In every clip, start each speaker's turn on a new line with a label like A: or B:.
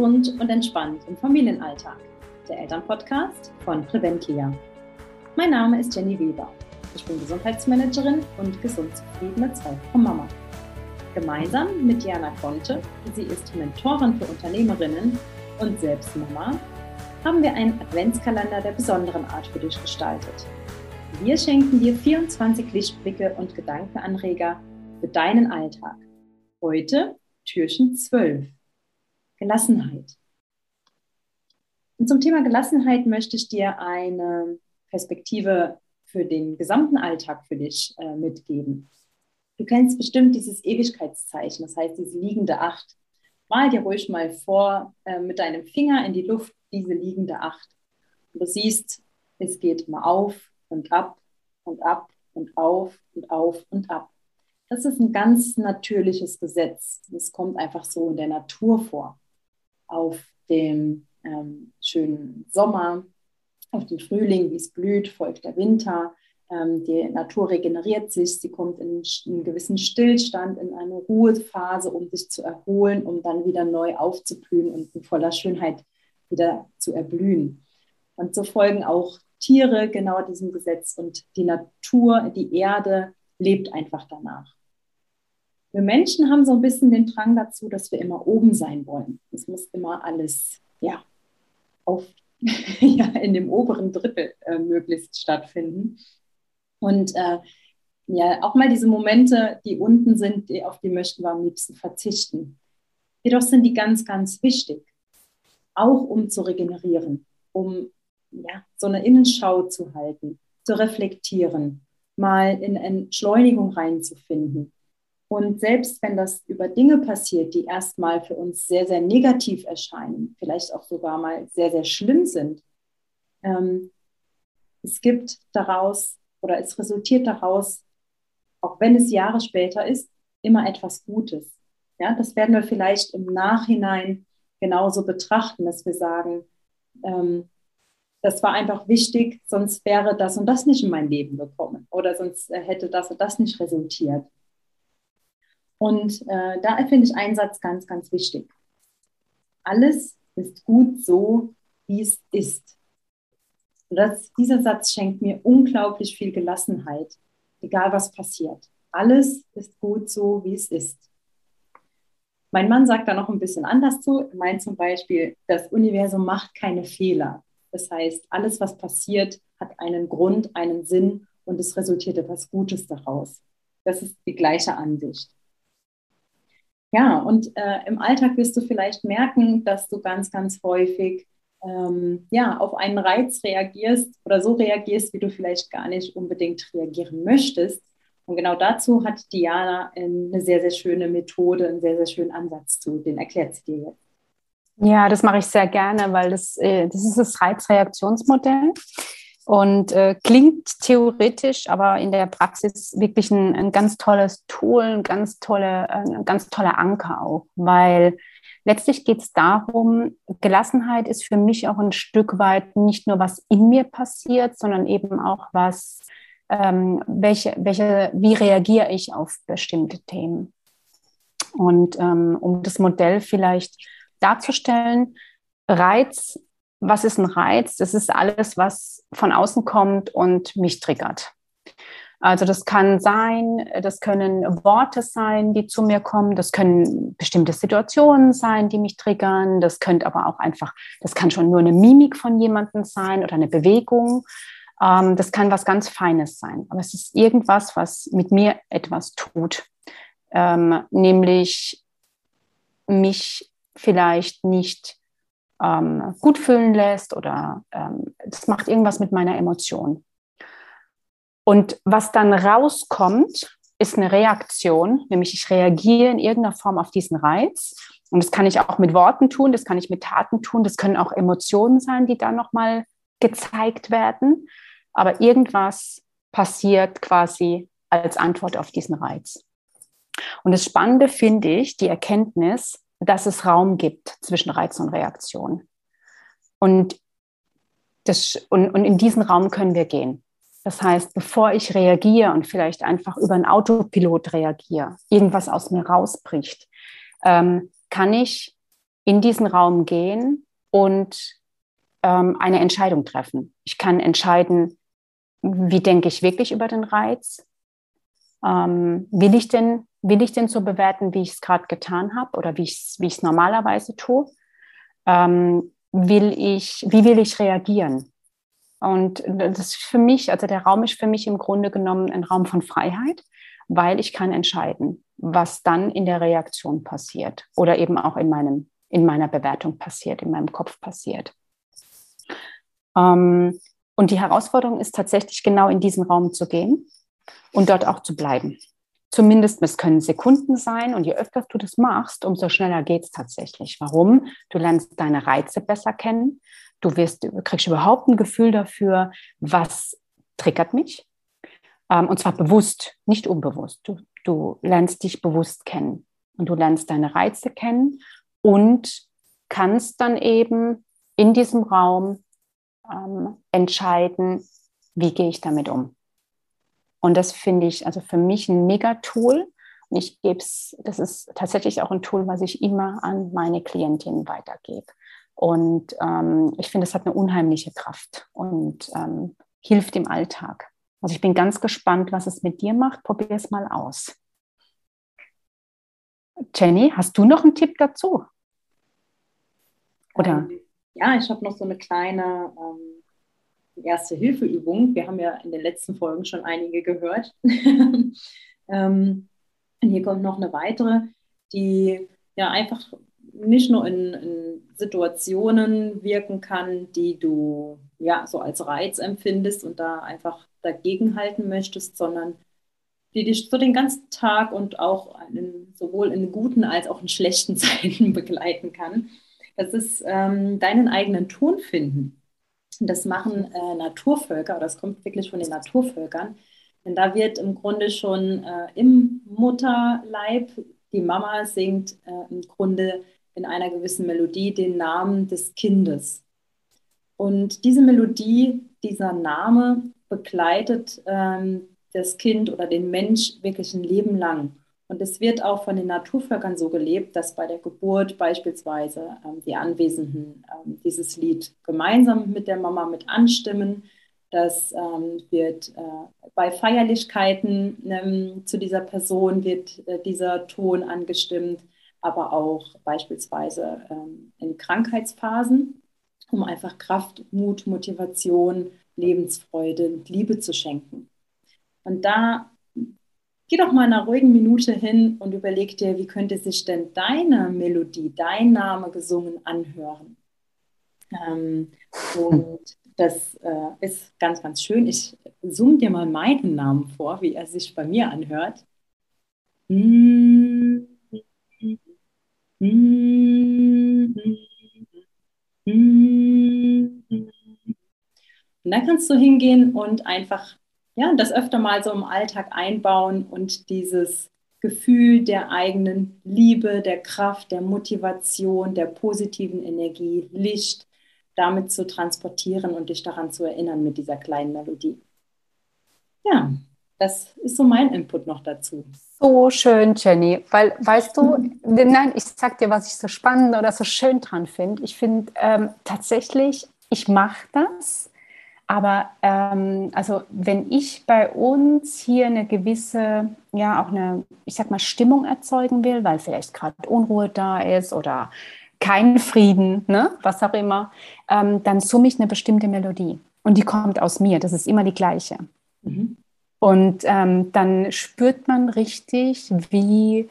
A: gesund und entspannt im Familienalltag. Der Elternpodcast von Preventlia. Mein Name ist Jenny Weber. Ich bin Gesundheitsmanagerin und gesund zufriedene Zweifach-Mama. Gemeinsam mit Diana Conte, sie ist Mentorin für Unternehmerinnen und selbst Mama, haben wir einen Adventskalender der besonderen Art für dich gestaltet. Wir schenken dir 24 Lichtblicke und Gedankenanreger für deinen Alltag. Heute Türchen 12. Gelassenheit. Und zum Thema Gelassenheit möchte ich dir eine Perspektive für den gesamten Alltag für dich mitgeben. Du kennst bestimmt dieses Ewigkeitszeichen, das heißt diese liegende Acht. Mal dir ruhig mal vor mit deinem Finger in die Luft diese liegende Acht. Und du siehst, es geht immer auf und ab und ab und auf und auf und ab. Das ist ein ganz natürliches Gesetz. Es kommt einfach so in der Natur vor. Auf dem schönen Sommer, auf den Frühling, wie es blüht, folgt der Winter. Die Natur regeneriert sich, sie kommt in einen gewissen Stillstand, in eine Ruhephase, um sich zu erholen, um dann wieder neu aufzublühen und in voller Schönheit wieder zu erblühen. Und so folgen auch Tiere genau diesem Gesetz und die Natur, die Erde lebt einfach danach. Wir Menschen haben so ein bisschen den Drang dazu, dass wir immer oben sein wollen. Es muss immer alles in dem oberen Drittel möglichst stattfinden. Und auch mal diese Momente, die unten sind, auf die möchten wir am liebsten verzichten. Jedoch sind die ganz, ganz wichtig, auch um zu regenerieren, um so eine Innenschau zu halten, zu reflektieren, mal in Entschleunigung reinzufinden. Und selbst wenn das über Dinge passiert, die erstmal für uns sehr, sehr negativ erscheinen, vielleicht auch sogar mal sehr, sehr schlimm sind, es resultiert daraus, auch wenn es Jahre später ist, immer etwas Gutes. Ja, das werden wir vielleicht im Nachhinein genauso betrachten, dass wir sagen, das war einfach wichtig, sonst wäre das und das nicht in mein Leben gekommen oder sonst hätte das und das nicht resultiert. Und da finde ich einen Satz ganz, ganz wichtig. Alles ist gut so, wie es ist. Und dieser Satz schenkt mir unglaublich viel Gelassenheit, egal was passiert. Alles ist gut so, wie es ist. Mein Mann sagt da noch ein bisschen anders zu. Er meint zum Beispiel, das Universum macht keine Fehler. Das heißt, alles, was passiert, hat einen Grund, einen Sinn und es resultiert etwas Gutes daraus. Das ist die gleiche Ansicht. Ja, und im Alltag wirst du vielleicht merken, dass du ganz, ganz häufig auf einen Reiz reagierst oder so reagierst, wie du vielleicht gar nicht unbedingt reagieren möchtest. Und genau dazu hat Diana eine sehr, sehr schöne Methode, einen sehr, sehr schönen Ansatz zu. Den erklärt sie dir jetzt.
B: Ja, das mache ich sehr gerne, weil das ist das Reizreaktionsmodell. Und klingt theoretisch, aber in der Praxis wirklich ein ganz tolles Tool, ein ganz toller Anker auch, weil letztlich geht es darum, Gelassenheit ist für mich auch ein Stück weit nicht nur, was in mir passiert, sondern eben auch wie reagiere ich auf bestimmte Themen. Und um das Modell vielleicht darzustellen, was ist ein Reiz? Das ist alles, was von außen kommt und mich triggert. Also das können Worte sein, die zu mir kommen. Das können bestimmte Situationen sein, die mich triggern. Das kann schon nur eine Mimik von jemandem sein oder eine Bewegung. Das kann was ganz Feines sein. Aber es ist irgendwas, was mit mir etwas tut. Nämlich mich vielleicht nicht gut fühlen lässt oder das macht irgendwas mit meiner Emotion. Und was dann rauskommt, ist eine Reaktion, nämlich ich reagiere in irgendeiner Form auf diesen Reiz. Und das kann ich auch mit Worten tun, das kann ich mit Taten tun, das können auch Emotionen sein, die dann nochmal gezeigt werden. Aber irgendwas passiert quasi als Antwort auf diesen Reiz. Und das Spannende finde ich, die Erkenntnis, dass es Raum gibt zwischen Reiz und Reaktion. Und in diesen Raum können wir gehen. Das heißt, bevor ich reagiere und vielleicht einfach über einen Autopilot reagiere, irgendwas aus mir rausbricht, kann ich in diesen Raum gehen und eine Entscheidung treffen. Ich kann entscheiden, wie denke ich wirklich über den Reiz? Will ich denn so bewerten, wie ich es gerade getan habe oder wie ich es normalerweise tue? Wie will ich reagieren? Und das ist für mich, also der Raum ist für mich im Grunde genommen ein Raum von Freiheit, weil ich kann entscheiden, was dann in der Reaktion passiert oder eben auch in meiner Bewertung passiert, in meinem Kopf passiert. Und die Herausforderung ist tatsächlich genau in diesen Raum zu gehen und dort auch zu bleiben. Zumindest, es können Sekunden sein und je öfter du das machst, umso schneller geht es tatsächlich. Warum? Du lernst deine Reize besser kennen. Du kriegst überhaupt ein Gefühl dafür, was triggert mich. Und zwar bewusst, nicht unbewusst. Du lernst dich bewusst kennen und du lernst deine Reize kennen und kannst dann eben in diesem Raum entscheiden, wie gehe ich damit um. Und das finde ich also für mich ein Mega-Tool. Und das ist tatsächlich auch ein Tool, was ich immer an meine Klientinnen weitergebe. Und ich finde, es hat eine unheimliche Kraft und hilft im Alltag. Also ich bin ganz gespannt, was es mit dir macht. Probier es mal aus. Jenny, hast du noch einen Tipp dazu? Oder?
A: Ja, ich habe noch so eine kleine Erste-Hilfe-Übung. Wir haben ja in den letzten Folgen schon einige gehört. Und hier kommt noch eine weitere, die ja einfach nicht nur in Situationen wirken kann, die du ja so als Reiz empfindest und da einfach dagegenhalten möchtest, sondern die dich so den ganzen Tag und auch sowohl in guten als auch in schlechten Zeiten begleiten kann. Das ist deinen eigenen Ton finden. Das machen Naturvölker, das kommt wirklich von den Naturvölkern. Denn da wird im Grunde schon im Mutterleib, die Mama singt im Grunde in einer gewissen Melodie den Namen des Kindes. Und diese Melodie, dieser Name begleitet das Kind oder den Mensch wirklich ein Leben lang. Und es wird auch von den Naturvölkern so gelebt, dass bei der Geburt beispielsweise die Anwesenden dieses Lied gemeinsam mit der Mama mit anstimmen. Das wird bei Feierlichkeiten zu dieser Person wird dieser Ton angestimmt, aber auch beispielsweise in Krankheitsphasen, um einfach Kraft, Mut, Motivation, Lebensfreude, Liebe zu schenken. Und da geh doch mal in einer ruhigen Minute hin und überleg dir, wie könnte sich denn deine Melodie, dein Name gesungen anhören? Und das ist ganz, ganz schön. Ich zoome dir mal meinen Namen vor, wie er sich bei mir anhört. Und dann kannst du hingehen und einfach ja, das öfter mal so im Alltag einbauen und dieses Gefühl der eigenen Liebe, der Kraft, der Motivation, der positiven Energie, Licht damit zu transportieren und dich daran zu erinnern mit dieser kleinen Melodie. Ja, das ist so mein Input noch dazu.
B: So schön, Jenny, weil, weißt du, nein, ich sag dir, was ich so spannend oder so schön dran finde. Ich finde tatsächlich, ich mache das, aber also wenn ich bei uns hier eine gewisse, ja auch eine, ich sag mal, Stimmung erzeugen will, weil vielleicht gerade Unruhe da ist oder kein Frieden, ne, was auch immer, dann summe ich eine bestimmte Melodie und die kommt aus mir, das ist immer die gleiche.
A: Mhm.
B: Und dann spürt man richtig, wie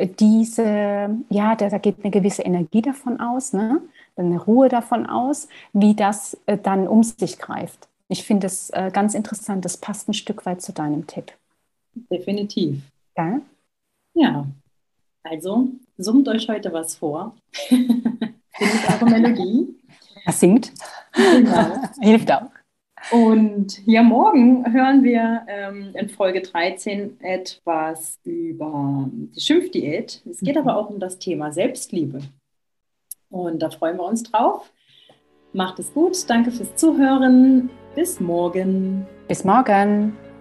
B: da geht eine gewisse Energie davon aus, ne? Eine Ruhe davon aus, wie das dann um sich greift. Ich finde es ganz interessant, das passt ein Stück weit zu deinem Tipp.
A: Definitiv.
B: Ja?
A: Ja, also summt euch heute was vor. Findet eure Melodie.
B: Er singt.
A: Genau.
B: Hilft auch.
A: Und ja, morgen hören wir in Folge 13 etwas über die Schimpfdiät. Es geht aber auch um das Thema Selbstliebe. Und da freuen wir uns drauf. Macht es gut. Danke fürs Zuhören. Bis morgen.
B: Bis morgen.